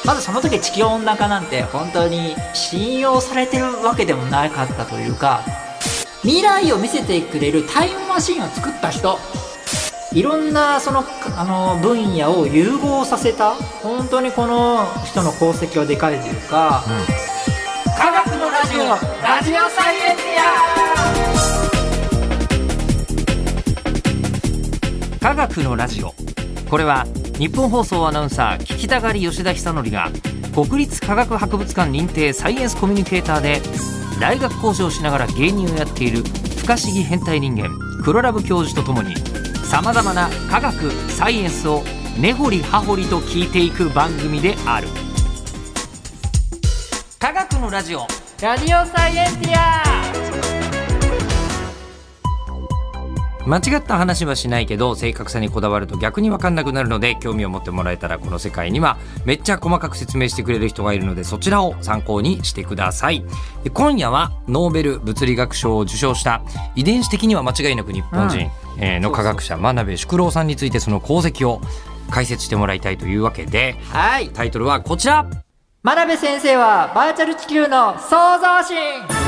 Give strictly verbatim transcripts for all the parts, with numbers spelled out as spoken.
まずその時地球温暖化なんて本当に信用されてるわけでもなかったというか、未来を見せてくれるタイムマシンを作った人、いろんなそのあの分野を融合させた、本当にこの人の功績はでかいというか、うん、科学のラジオ、ラジオサイエンティア。 科学のラジオ、これは日本放送アナウンサー聞きたがり吉田久典が国立科学博物館認定サイエンスコミュニケーターで大学講師をしながら芸人をやっている不可思議変態人間黒ラブ教授とともに、さまざまな科学サイエンスを根掘り葉掘りと聞いていく番組である。科学のラジオ、 ラジオサイエンティア。 間違った話はしないけど正確さにこだわると逆に分かんなくなるので、興味を持ってもらえたらこの世界にはめっちゃ細かく説明してくれる人がいるので、そちらを参考にしてください。今夜はノーベル物理学賞を受賞した遺伝子的には間違いなく日本人の科学者真鍋淑郎さんについて、その功績を解説してもらいたいというわけで、 はい、 タイトルはこちら。 真鍋先生はバーチャル地球の創造神。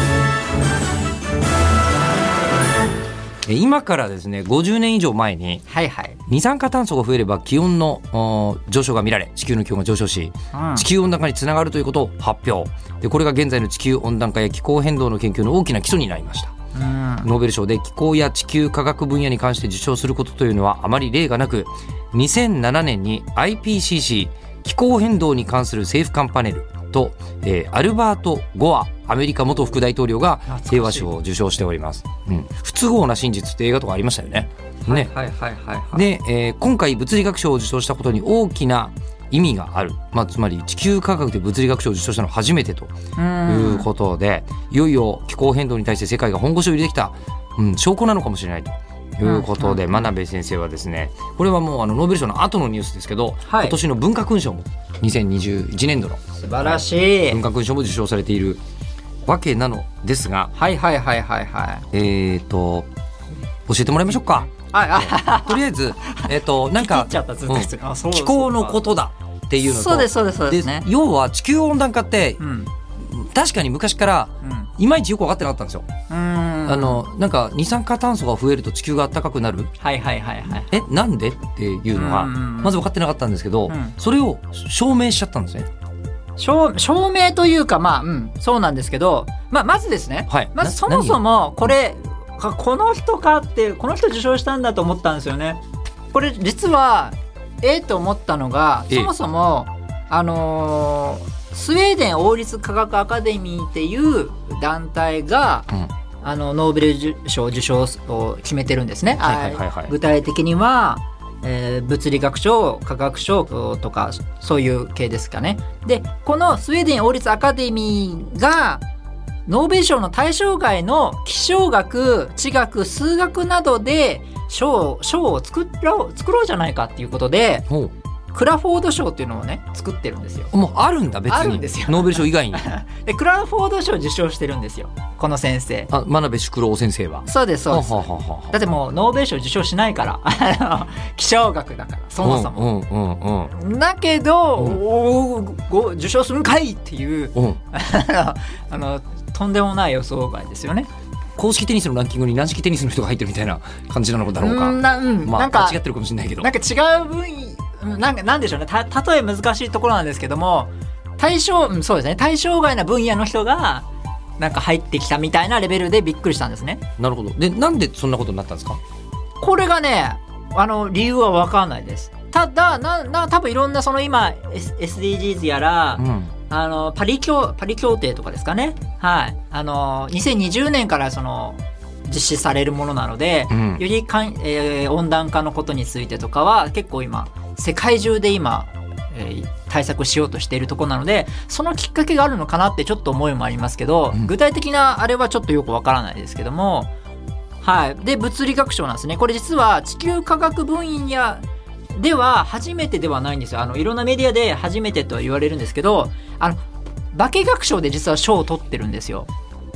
今からですねごじゅうねん以上前に、 はいはい、 二酸化炭素が増えれば気温の上昇が見られ、地球の気温が上昇し、うん、地球温暖化につながるということを発表で、これが現在の地球温暖化や気候変動の研究の大きな基礎になりました。うん、ノーベル賞で気候や地球科学分野に関して受賞することというのはあまり例がなく、にせんななねんに アイピーシーシー 気候変動に関する政府間パネルと、えー、アルバート・ゴアアメリカ元副大統領が平和賞を受賞しております。うん、不都合な真実って映画とかありましたよね。ね、はいはいはいはいはい、で、えー、今回物理学賞を受賞したことに大きな意味がある、まあ、つまり地球科学で物理学賞を受賞したのは初めてということで、いよいよ気候変動に対して世界が本腰を入れてきた、うん、証拠なのかもしれないということで、真鍋先生はですね、これはもうあのノーベル賞の後のニュースですけど、はい、今年の文化勲章もにせんにじゅういちねんどの素晴らしい文化勲章も受賞されているわけなのですが、 はいはいはいはいはい、 えーと教えてもらいましょうか。あとりあえず、えーとなんか、うん、気候のことだっていうのと、 そうですそうですそうですね。 要は地球温暖化って、うん、確かに昔からいまいちよく分かってなかったんですよ。うん、あのなんか二酸化炭素が増えると地球が暖かくなる、 はいはいはいはい、 えなんでっていうのがまず分かってなかったんですけど、うん、それを証明しちゃったんですね。 証, 証明というか、まあ、うん、そうなんですけど、まあ、まずですね、はい、まずそもそもこれこの人かってこの人受賞したんだと思ったんですよね。これ実はええと思ったのが、そもそもあのー、スウェーデン王立科学アカデミーっていう団体が、うん、あのノーベル賞受賞を決めてるんですね。はいはいはいはい、具体的にはえー、物理学賞、科学賞とかそういう系ですかね。で、このスウェーデン王立アカデミーがノーベル賞の対象外の気象学、地学、数学などで賞、賞を作ろう、作ろうじゃないかっていうことで、クラフォード賞っていうのをね作ってるんですよ。 もうあるんだ別に。 あるんですよ。 ノーベル賞以外にでクラフォード賞受賞してるんですよこの先生。 あ、真鍋淑郎先生は。 そうですそうです。 ははははだってもうノーベル賞受賞しないから気象学だからそもそも、うんうんうん、だけど、うん、おお受賞するんかいっていう、うん、あのとんでもない予想外ですよね。 公式テニスのランキングに軟式テニスの人が入ってるみたいな感じなのだろうか。 うんな、うん、 まあ、 なんか間違ってるかもしれないけど、 なんか違う分野なんかなんでしょうね。た例え難しいところなんですけども、対象、うん、そうですね、対象外な分野の人がなんか入ってきたみたいなレベルでびっくりしたんですね。 なるほど。でなんでそんなことになったんですか。 これがね、あの理由は分かんないです。ただなな多分いろんなその今 エスディージーズ やら、うん、あのパリ協パリ協定とかですかね。はい、あのにせんにじゅうねんからその実施されるものなので、うん、よりかん、えー、温暖化のことについてとかは結構今世界中で今、えー、対策しようとしているところなので、そのきっかけがあるのかなってちょっと思いもありますけど、うん、具体的なあれはちょっとよくわからないですけども、はい。で物理学賞なんですね。これ実は地球科学分野では初めてではないんですよ。あのいろんなメディアで初めてと言われるんですけど、あの化学賞で実は賞を取ってるんですよ。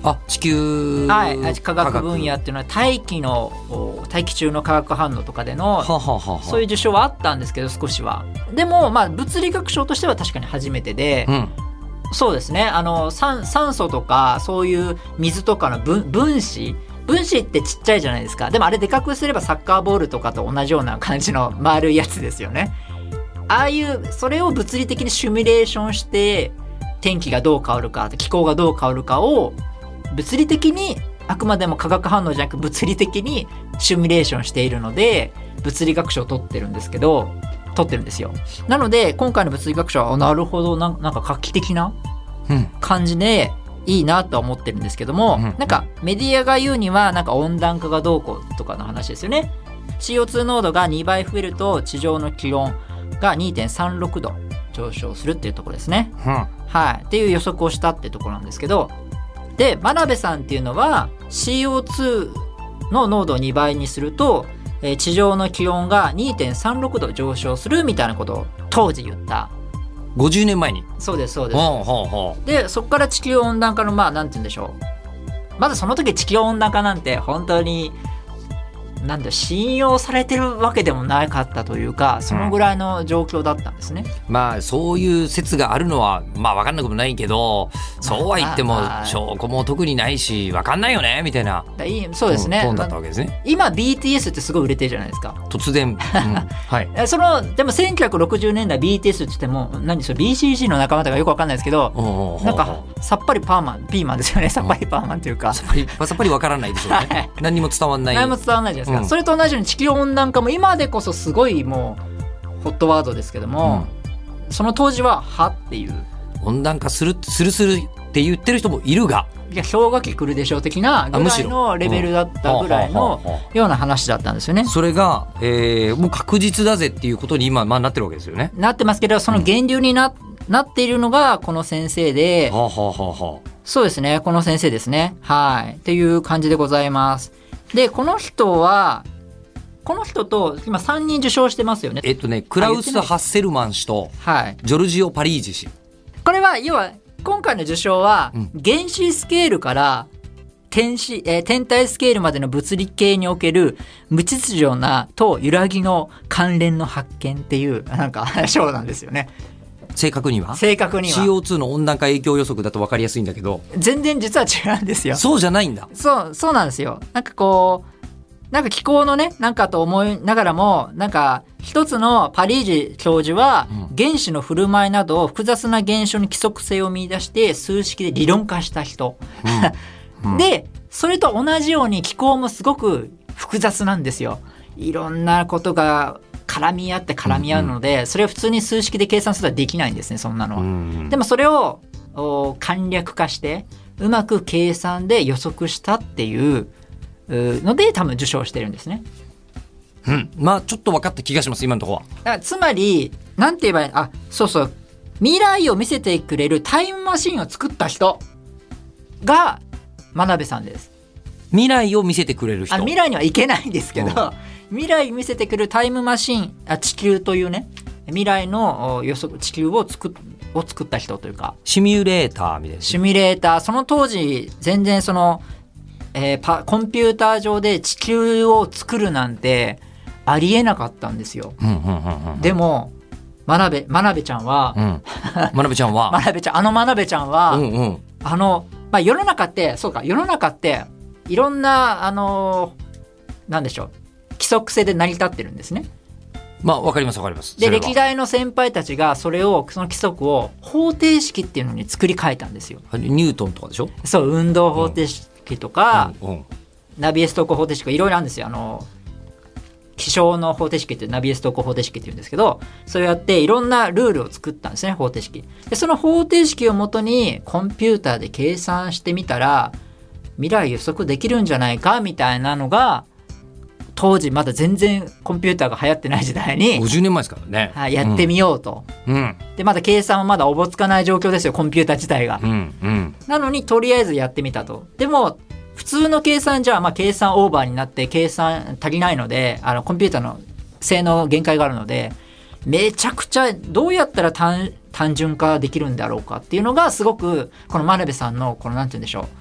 あ地球はい、科学分野っていうのは大気の大気中の化学反応とかでのははははそういう受賞はあったんですけど少しはでもまあ物理学賞としては確かに初めてで、うん、そうですねあの 酸, 酸素とかそういう水とかの 分, 分子分子ってちっちゃいじゃないですか。でもあれでかくすればサッカーボールとかと同じような感じの丸いやつですよね。ああいうそれを物理的にシミュレーションして天気がどう変わるか気候がどう変わるかを物理的にあくまでも化学反応じゃなく物理的にシミュレーションしているので物理学賞を取ってるんですけど取ってるんですよ。なので今回の物理学賞はなるほど な, なんか画期的な感じでいいなとは思ってるんですけども、うん、なんかメディアが言うにはなんか温暖化がどうこうとかの話ですよね。 シーオーツー 濃度がにばい増えると地上の気温が にてんさんろくど上昇するっていうところですね、うん、はいっていう予測をしたっていうところなんですけどで真鍋さんっていうのは シーオーツー の濃度をにばいにすると、えー、地上の気温が にてんさんろくど上昇するみたいなことを当時言ったごじゅうねんまえにそうですそうです、ほうほうほうでそこから地球温暖化のまあなんて言うんでしょうまずその時地球温暖化なんて本当になんだ信用されてるわけでもなかったというかそのぐらいの状況だったんですね、 うん、まあそういう説があるのはまあ分かんなくもないけどそうは言っても証拠も特にないし分かんないよねみたいなそうですねトーンだったわけですね。 今 ビーティーエス ってすごい売れてるじゃないですか突然、うんはい、 そのでもせんきゅうひゃくろくじゅうねんだい ビーティーエス って言っても何それ ビーシージー の仲間とかよく分かんないですけどなんかさっぱりパーマンピーマンですよねさっぱりパーマンというかさっぱりさっぱり分からないでしょうね、はい、何にも伝わんない何も伝わんないじゃないですか、うん、それと同じように地球温暖化も今でこそすごいもうホットワードですけども、うん、その当時ははっていう温暖化するするするって言ってる人もいるがいや氷河期来るでしょう的なぐらいのレベルだったぐらいのような話だったんですよね。 それが、えー、もう確実だぜっていうことに今、まあ、なってるわけですよね。 なってますけどその源流に な,、うん、なっているのがこの先生で、はあはあはあ、そうですねこの先生ですねはいっていう感じでございます。でこの人はこの人と今さんにん受賞してますよね。 えっとねクラウス・ハッセルマン氏とジョルジオ・パリージ氏、はい、 これは要は今回の受賞は原子スケールから天子、えー、天体スケールまでの物理系における無秩序なと揺らぎの関連の発見っていうなんか賞なんですよね。 正確には正確にはシーオーツー の温暖化影響予測だと分かりやすいんだけど全然実は違うんですよ。 そうじゃないんだ。 そうそうなんですよ。なんかこうなんか気候のねなんかと思いながらもなんか一つのパリージ教授は原子の振る舞いなど複雑な現象に規則性を見出して数式で理論化した人、うんうん、でそれと同じように気候もすごく複雑なんですよ。いろんなことが絡み合って絡み合うので、うんうん、それを普通に数式で計算することはできないんですねそんなのは、うんうん、でもそれを簡略化してうまく計算で予測したっていうので多分受賞してるんですね、 うん、まあちょっと分かった気がします今のところは。 だからつまりなんて言えばいいあそうそう未来を見せてくれるタイムマシンを作った人が真鍋さんです。 未来を見せてくれる人。 あ未来には行けないんですけど、うん、未来見せてくれるタイムマシンあ地球というね未来の予測地球を作っを作った人というかシミュレーターみたいなシミュレーターその当時全然そのえー、パコンピューター上で地球を作るなんてありえなかったんですよ、うんうんうんうん、でも真鍋真鍋ちゃんは、うん、 真鍋ちゃんは真鍋ちゃんあの真鍋ちゃんは、うんうん、あの、まあ、世の中ってそうか世の中っていろんなあのなんでしょう規則性で成り立ってるんですね。 まあわかりますわかります。 で歴代の先輩たちがそれをその規則を方程式っていうのに作り変えたんですよ。 ニュートンとかでしょ。 そう運動方程式、うんとか、うんうん、ナビエストーク方程式いろいろあるんですよ。あの気象の方程式ってナビエストーク方程式っていうんですけどそうやっていろんなルールを作ったんですね方程式でその方程式をもとにコンピューターで計算してみたら未来予測できるんじゃないかみたいなのが当時まだ全然コンピューターが流行ってない時代にごじゅうねんまえですからね、 はい、やってみようと、うん、でまだ計算はまだおぼつかない状況ですよコンピューター自体が、うんうん、なのにとりあえずやってみたと。でも普通の計算じゃ、まあ、計算オーバーになって計算足りないのであのコンピューターの性能限界があるのでめちゃくちゃどうやったら 単, 単純化できるんだろうかっていうのがすごくこの真鍋さんのこのなんて言うんでしょう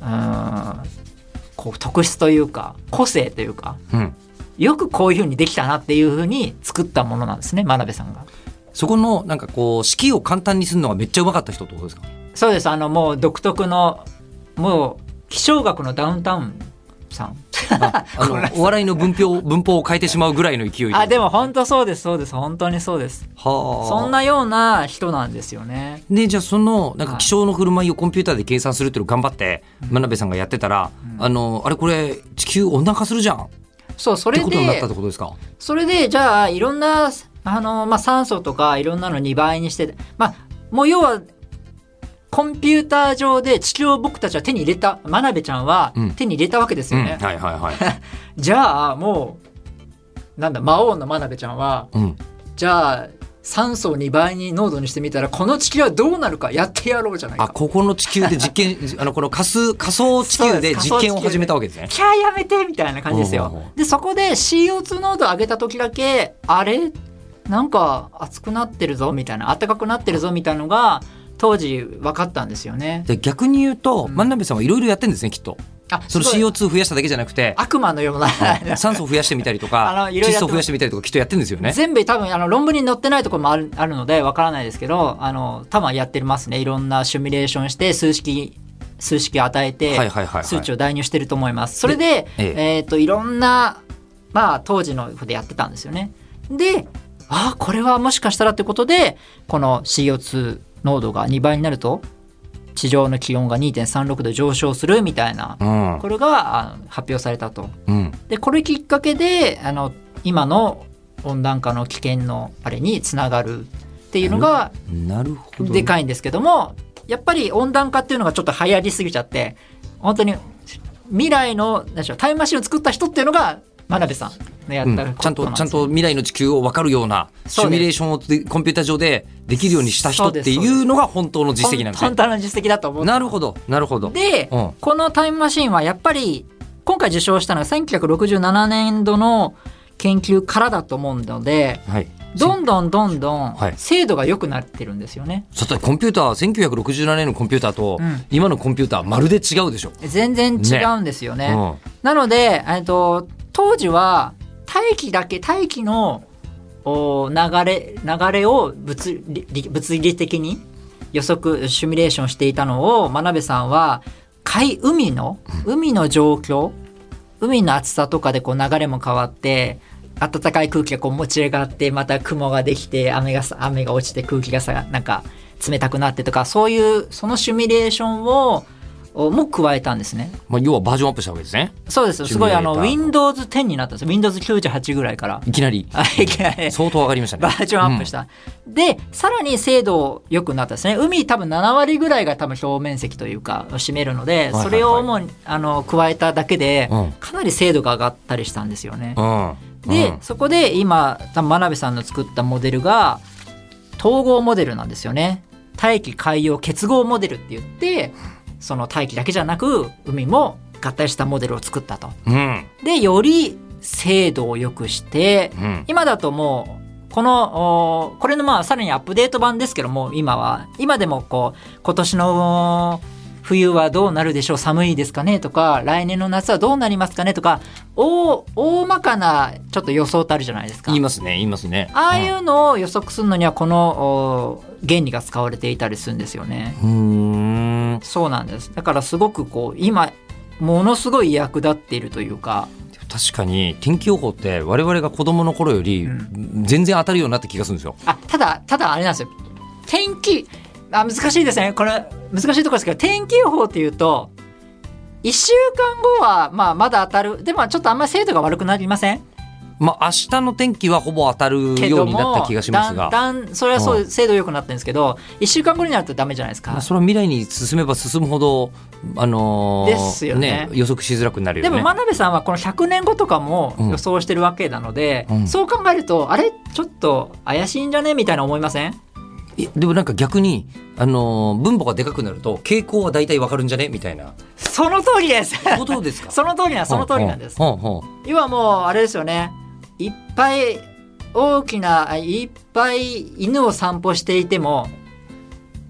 うんこう特質というか個性というか、うん、よくこういう風にできたなっていう風に作ったものなんですね、真鍋さんが。 そこのなんかこう式を簡単にするのがめっちゃうまかった人ってことですか？ そうです。あのもう独特のもう気象学のダウンタウンさんああのお笑いの文法文法を変えてしまうぐらいの勢い。 あでも本当そうですそうです本当にそうです。はあ、そんなような人なんですよね。 でじゃあそのなんか気象の振る舞いをコンピューターで計算するっていうのを頑張って真鍋さんがやってたら、うん、あのあれこれ地球温暖化するじゃん。 そうそれでってことになったってことですか？ それでじゃあいろんなあの、まあ、酸素とかいろんなのにばいにして、まあ、もう要はコンピューター上で地球を僕たちは手に入れた、真鍋ちゃんは手に入れたわけですよね。じゃあもうなんだ魔王の真鍋ちゃんは、うん、じゃあ酸素をにばいに濃度にしてみたらこの地球はどうなるかやってやろうじゃないか。 あここの地球で実験あのこの仮数仮想地球で実験を始めたわけですね。 キャーやめてみたいな感じですよ。でそこで シーオーツー 濃度を上げた時だけあれなんか熱くなってるぞみたいな暖かくなってるぞみたいなのが当時分かったんですよね。 で逆に言うと、うん、真鍋さんはいろいろやってるんですねきっと。あその シーオーツー 増やしただけじゃなくて悪魔のような酸素を増やしてみたりとか窒素を増やしてみたりとかきっとやってるんですよね。 全部多分あの論文に載ってないところもある、あるので分からないですけどあの多分やってますね。いろんなシミュレーションして数式数式を与えて数値を代入してると思います。それで、えええー、といろんな、まあ、当時のでやってたんですよね。であこれはもしかしたらということでこの シーオーツー 濃度がにばいになると地上の気温が にてんさんろく 度上昇するみたいな、うん、これが発表されたと、うん、でこれきっかけであの今の温暖化の危険のあれにつながるっていうのがでかいんですけども、やっぱり温暖化っていうのがちょっと流行りすぎちゃって本当に未来の何でしょうタイムマシンを作った人っていうのが真鍋さんのやったことなんです、うん、ちゃんとちゃんと未来の地球を分かるようなシミュレーションをコンピューター上でできるようにした人っていうのが本当の実績なんですね。 本当の実績だと思う。 なるほどなるほど。 で、うん、このタイムマシンはやっぱり今回受賞したのがせんきゅうひゃくろくじゅうななねんどの研究からだと思うので、はい、どんどんどんどん精度が良くなってるんですよね。 はい、だってコンピューターせんきゅうひゃくろくじゅうななねんのコンピューターと今のコンピューターまるで違うでしょ。 全然違うんですよね。ねうん、なのでえっと当時は大気だけ大気の流れ流れを物理、物理的に予測シミュレーションしていたのを真鍋さんは海海の海の状況海の厚さとかでこう流れも変わって暖かい空気がこう持ち上がってまた雲ができて雨が雨が落ちて空気がさなんか冷たくなってとかそういうそのシミュレーションをも加えたんですね。 まあ、要はバージョンアップしたわけですね。 そうです。すごいあの ウィンドウズテン になったんです。ウィンドウズきゅうじゅうはち ぐらいからいきなりいきなり相当上がりましたね。 バージョンアップした、うん、でさらに精度良くなったんですね。海多分ななわりぐらいが多分表面積というか占めるので、それをもうあの加えただけでかなり精度が上がったりしたんですよね。うんで、うん、そこで今多分真鍋さんの作ったモデルが統合モデルなんですよね。大気海洋結合モデルって言ってその大気だけじゃなく海も合体したモデルを作ったと、うん、でより精度を良くして、うん、今だともうこのこれのまあさらにアップデート版ですけども今は今でもこう今年の冬はどうなるでしょう寒いですかねとか来年の夏はどうなりますかねとか大大まかなちょっと予想ってあるじゃないですか。 言いますね言いますね。 ああいうのを予測するのにはこの原理が使われていたりするんですよね。うーんそうなんです。だからすごくこう今ものすごい役立っているというか。 確かに天気予報って我々が子供の頃より全然当たるようになった気がするんですよ。 あただただあれなんですよ天気あ難しいですねこれ難しいところですけど天気予報っていうといっしゅうかんごはまあまだ当たるでもちょっとあんまり精度が悪くなりません？ まあ、明日の天気はほぼ当たるようになった気がしますがだんだんそれはそう、うん、精度良くなってるんですけどいっしゅうかんごになるとダメじゃないですか。 まあ、それは未来に進めば進むほど、あのーですよね、 ね予測しづらくなるよね。 でも真鍋さんはこのひゃくねんごとかも予想してるわけなので、うん、そう考えるとあれちょっと怪しいんじゃねみたいな思いません？ でもなんか逆に、あのー、分母がでかくなると傾向は大体わかるんじゃねみたいな。 その通りです。 その通りですか？ その通りなその通りなんです。要はもうあれですよねいっぱい大きないっぱい犬を散歩していても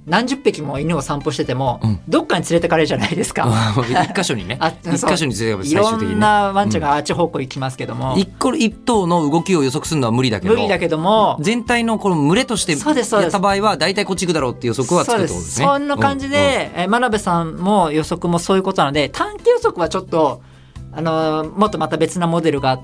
何十匹も犬を散歩してても、うん、どっかに連れてかれるじゃないですか一箇所にね一箇所に連れてかれる、最終的に、ね、 いろんなワンちゃんがあっち方向行きますけども、 うん、一個一頭の動きを予測するのは無理だけど無理だけども全体のこの群れとしてやった場合は大体こっち行くだろうっていう予測はつくってことですね。 そんな感じで、うんうん、真鍋さんも予測もそういうことなので、短期予測はちょっとあのもっとまた別なモデルがあって、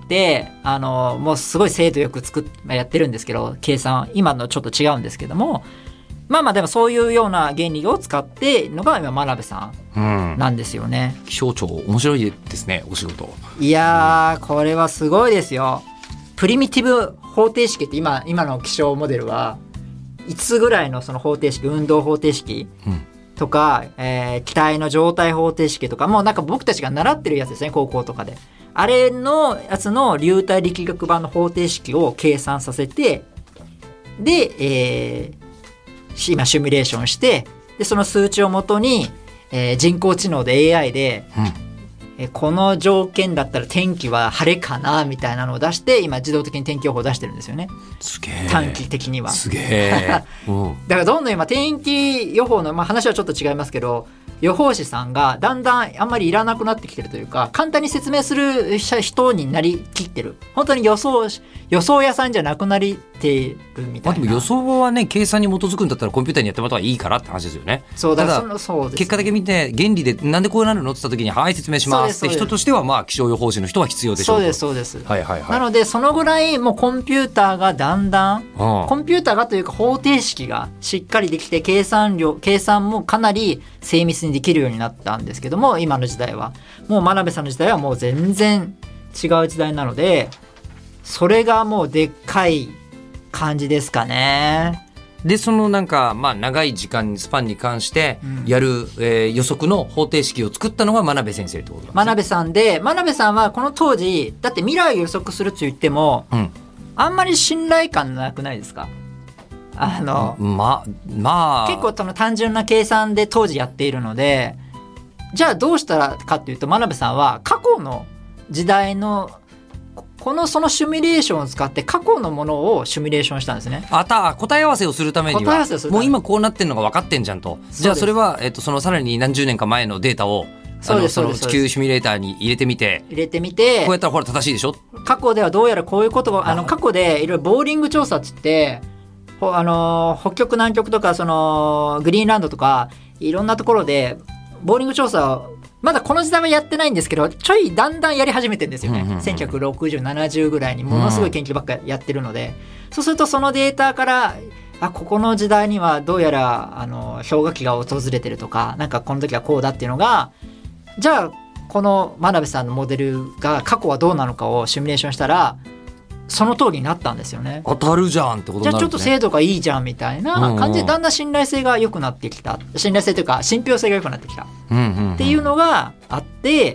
あのもうすごい精度よく作っやってるんですけど、計算今のちょっと違うんですけども、まあまあでもそういうような原理を使っているのが今真鍋さんなんですよね、 うん、気象庁面白いですね、お仕事。 いやー、これはすごいですよ。プリミティブ方程式って 今, 今の気象モデルはいつぐらいのその方程式、運動方程式とか、うん、えー、気体の状態方程式とか、もうなんか僕たちが習ってるやつですね、高校とかで。あれのやつの流体力学版の方程式を計算させて、で、えー今シミュレーションして、でその数値をもとに、えー、人工知能で エーアイ で、うん、えー、この条件だったら天気は晴れかなみたいなのを出して、今自動的に天気予報を出してるんですよね。 すげー、 短期的にはすげー、 うん、だからどんどん今天気予報の、まあ、話はちょっと違いますけど、予報士さんがだんだんあんまりいらなくなってきてるというか、簡単に説明する人になりきってる。本当に予想予想屋さんじゃなくなりてるみたいな。まあ、 でも予想はね、計算に基づくんだったらコンピューターにやってもらった方がいいからって話ですよね。 そうだ、 ただそのそうです、ね、 結果だけ見て原理でなんでこうなるのって言った時に、はい説明しますって人としては、まあ気象予報士の人は必要でしょう。 そうですそうです、 はいはいはい、 なのでそのぐらいもうコンピューターがだんだん、うん、コンピューターがというか方程式がしっかりできて、計算量計算もかなり精密にできるようになったんですけども、今の時代はもう真鍋さんの時代はもう全然違う時代なので、それがもうでっかい感じですかね。 でそのなんか、まあ、長い時間スパンに関してやる、うん、えー、予測の方程式を作ったのが真鍋先生ってことなんですね。 真鍋さんで、真鍋さんはこの当時だって未来を予測すると言っても、うん、あんまり信頼感なくないですか。あの、 ままあ結構その単純な計算で当時やっているので、じゃあどうしたらかっていうと、真鍋さんは過去の時代のこのそのシミュレーションを使って過去のものをシミュレーションしたんですね。 あた答え合わせをするためにはもう今こうなってるのが分かってんじゃんと。じゃあそれは、えっと、そのさらに何十年か前のデータをそうです、その地球シミュレーターに入れてみて入れてみてこうやったらほら正しいでしょ。 過去ではどうやらこういうことが、あの過去でいろいろボーリング調査って言って、あの北極南極とかそのグリーンランドとかいろんなところでボーリング調査をまだこの時代はやってないんですけど、ちょいだんだんやり始めてるんですよね、うんうんうん、せんきゅうひゃくろくじゅう、ななじゅうぐらいにものすごい研究ばっかりやってるので、うん、そうするとそのデータからあここの時代にはどうやらあの氷河期が訪れてるとか、なんかこの時はこうだっていうのが、じゃあこの真鍋さんのモデルが過去はどうなのかをシミュレーションしたらその通りになったんですよね。 当たるじゃんってことになるんですね。 じゃあちょっと精度がいいじゃんみたいな感じでだんだん信頼性が良くなってきた、信頼性というか信憑性が良くなってきた、うんうんうん、っていうのがあって、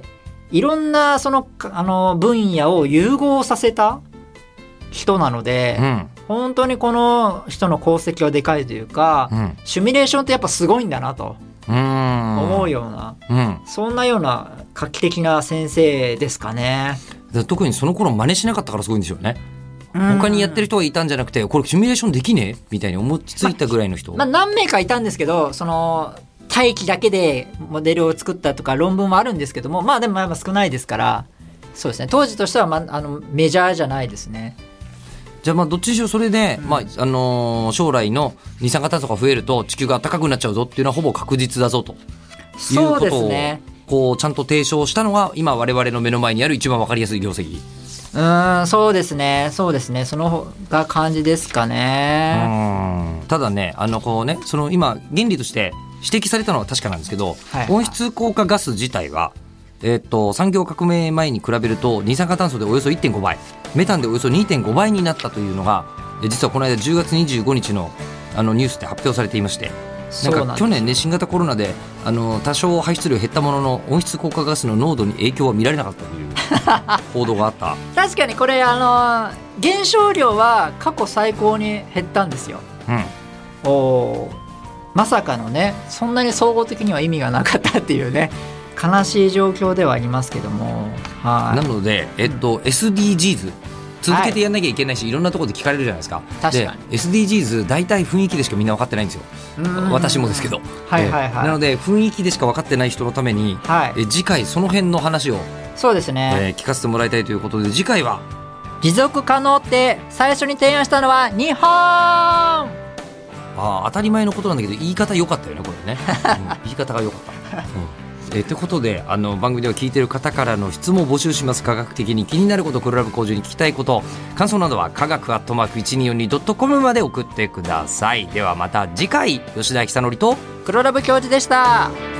いろんなそのあの分野を融合させた人なので、うん、本当にこの人の功績はでかいというか、うん、シミュレーションってやっぱすごいんだなと思うような、うん、そんなような画期的な先生ですかね。 特にその頃真似しなかったからすごいんでしょうね。他にやってる人がいたんじゃなくて、これシミュレーションできねえみたいに思いついたぐらいの人、 まあまあ、何名かいたんですけど、その大気だけでモデルを作ったとか論文もあるんですけども、まあでもまあ少ないですから、そうですね、当時としては、まあ、あのメジャーじゃないですね。 じゃあまあどっちにしろそれで、うん、まああのー、将来の二酸化炭素が増えると地球が暖かくなっちゃうぞっていうのはほぼ確実だぞということを、そうですね、こうちゃんと提唱したのが今我々の目の前にある一番分かりやすい業績。 うーん、そうですねそうですねそのが感じですかね。 うん、ただね、あのこうね、その今原理として指摘されたのは確かなんですけど、はい、温室効果ガス自体は、えー、と産業革命前に比べると二酸化炭素でおよそ いってんごばい、メタンでおよそ にてんごばいになったというのが実はこの間じゅうがつにじゅうごにちのあのニュースで発表されていまして、なんか去年ね、新型コロナであの多少排出量減ったものの温室効果ガスの濃度に影響は見られなかったという報道があった確かにこれあの減少量は過去最高に減ったんですよ、うん、おまさかのね、そんなに総合的には意味がなかったっていうね、悲しい状況ではありますけども、はい。 なので、えっと、エスディージーズ続けてやんなきゃいけないし、はい、いろんなところで聞かれるじゃないですか。 確かにで エスディージーズ 大体雰囲気でしかみんな分かってないんですよ。私もですけど、 はいはいはい、 なので雰囲気でしか分かってない人のために、はい、え次回その辺の話をそうですね、 えー、聞かせてもらいたいということで、次回は持続可能って最初に提案したのは日本。あ当たり前のことなんだけど言い方良かったよねこれね、うん、言い方が良かった、うんえー、ということであの番組では聞いている方からの質問を募集します。科学的に気になること、黒ラブ工場に聞きたいこと、感想などは科学アットマーク いちにーよんにードットコム まで送ってください。ではまた次回、吉田久典と黒ラブ教授でした。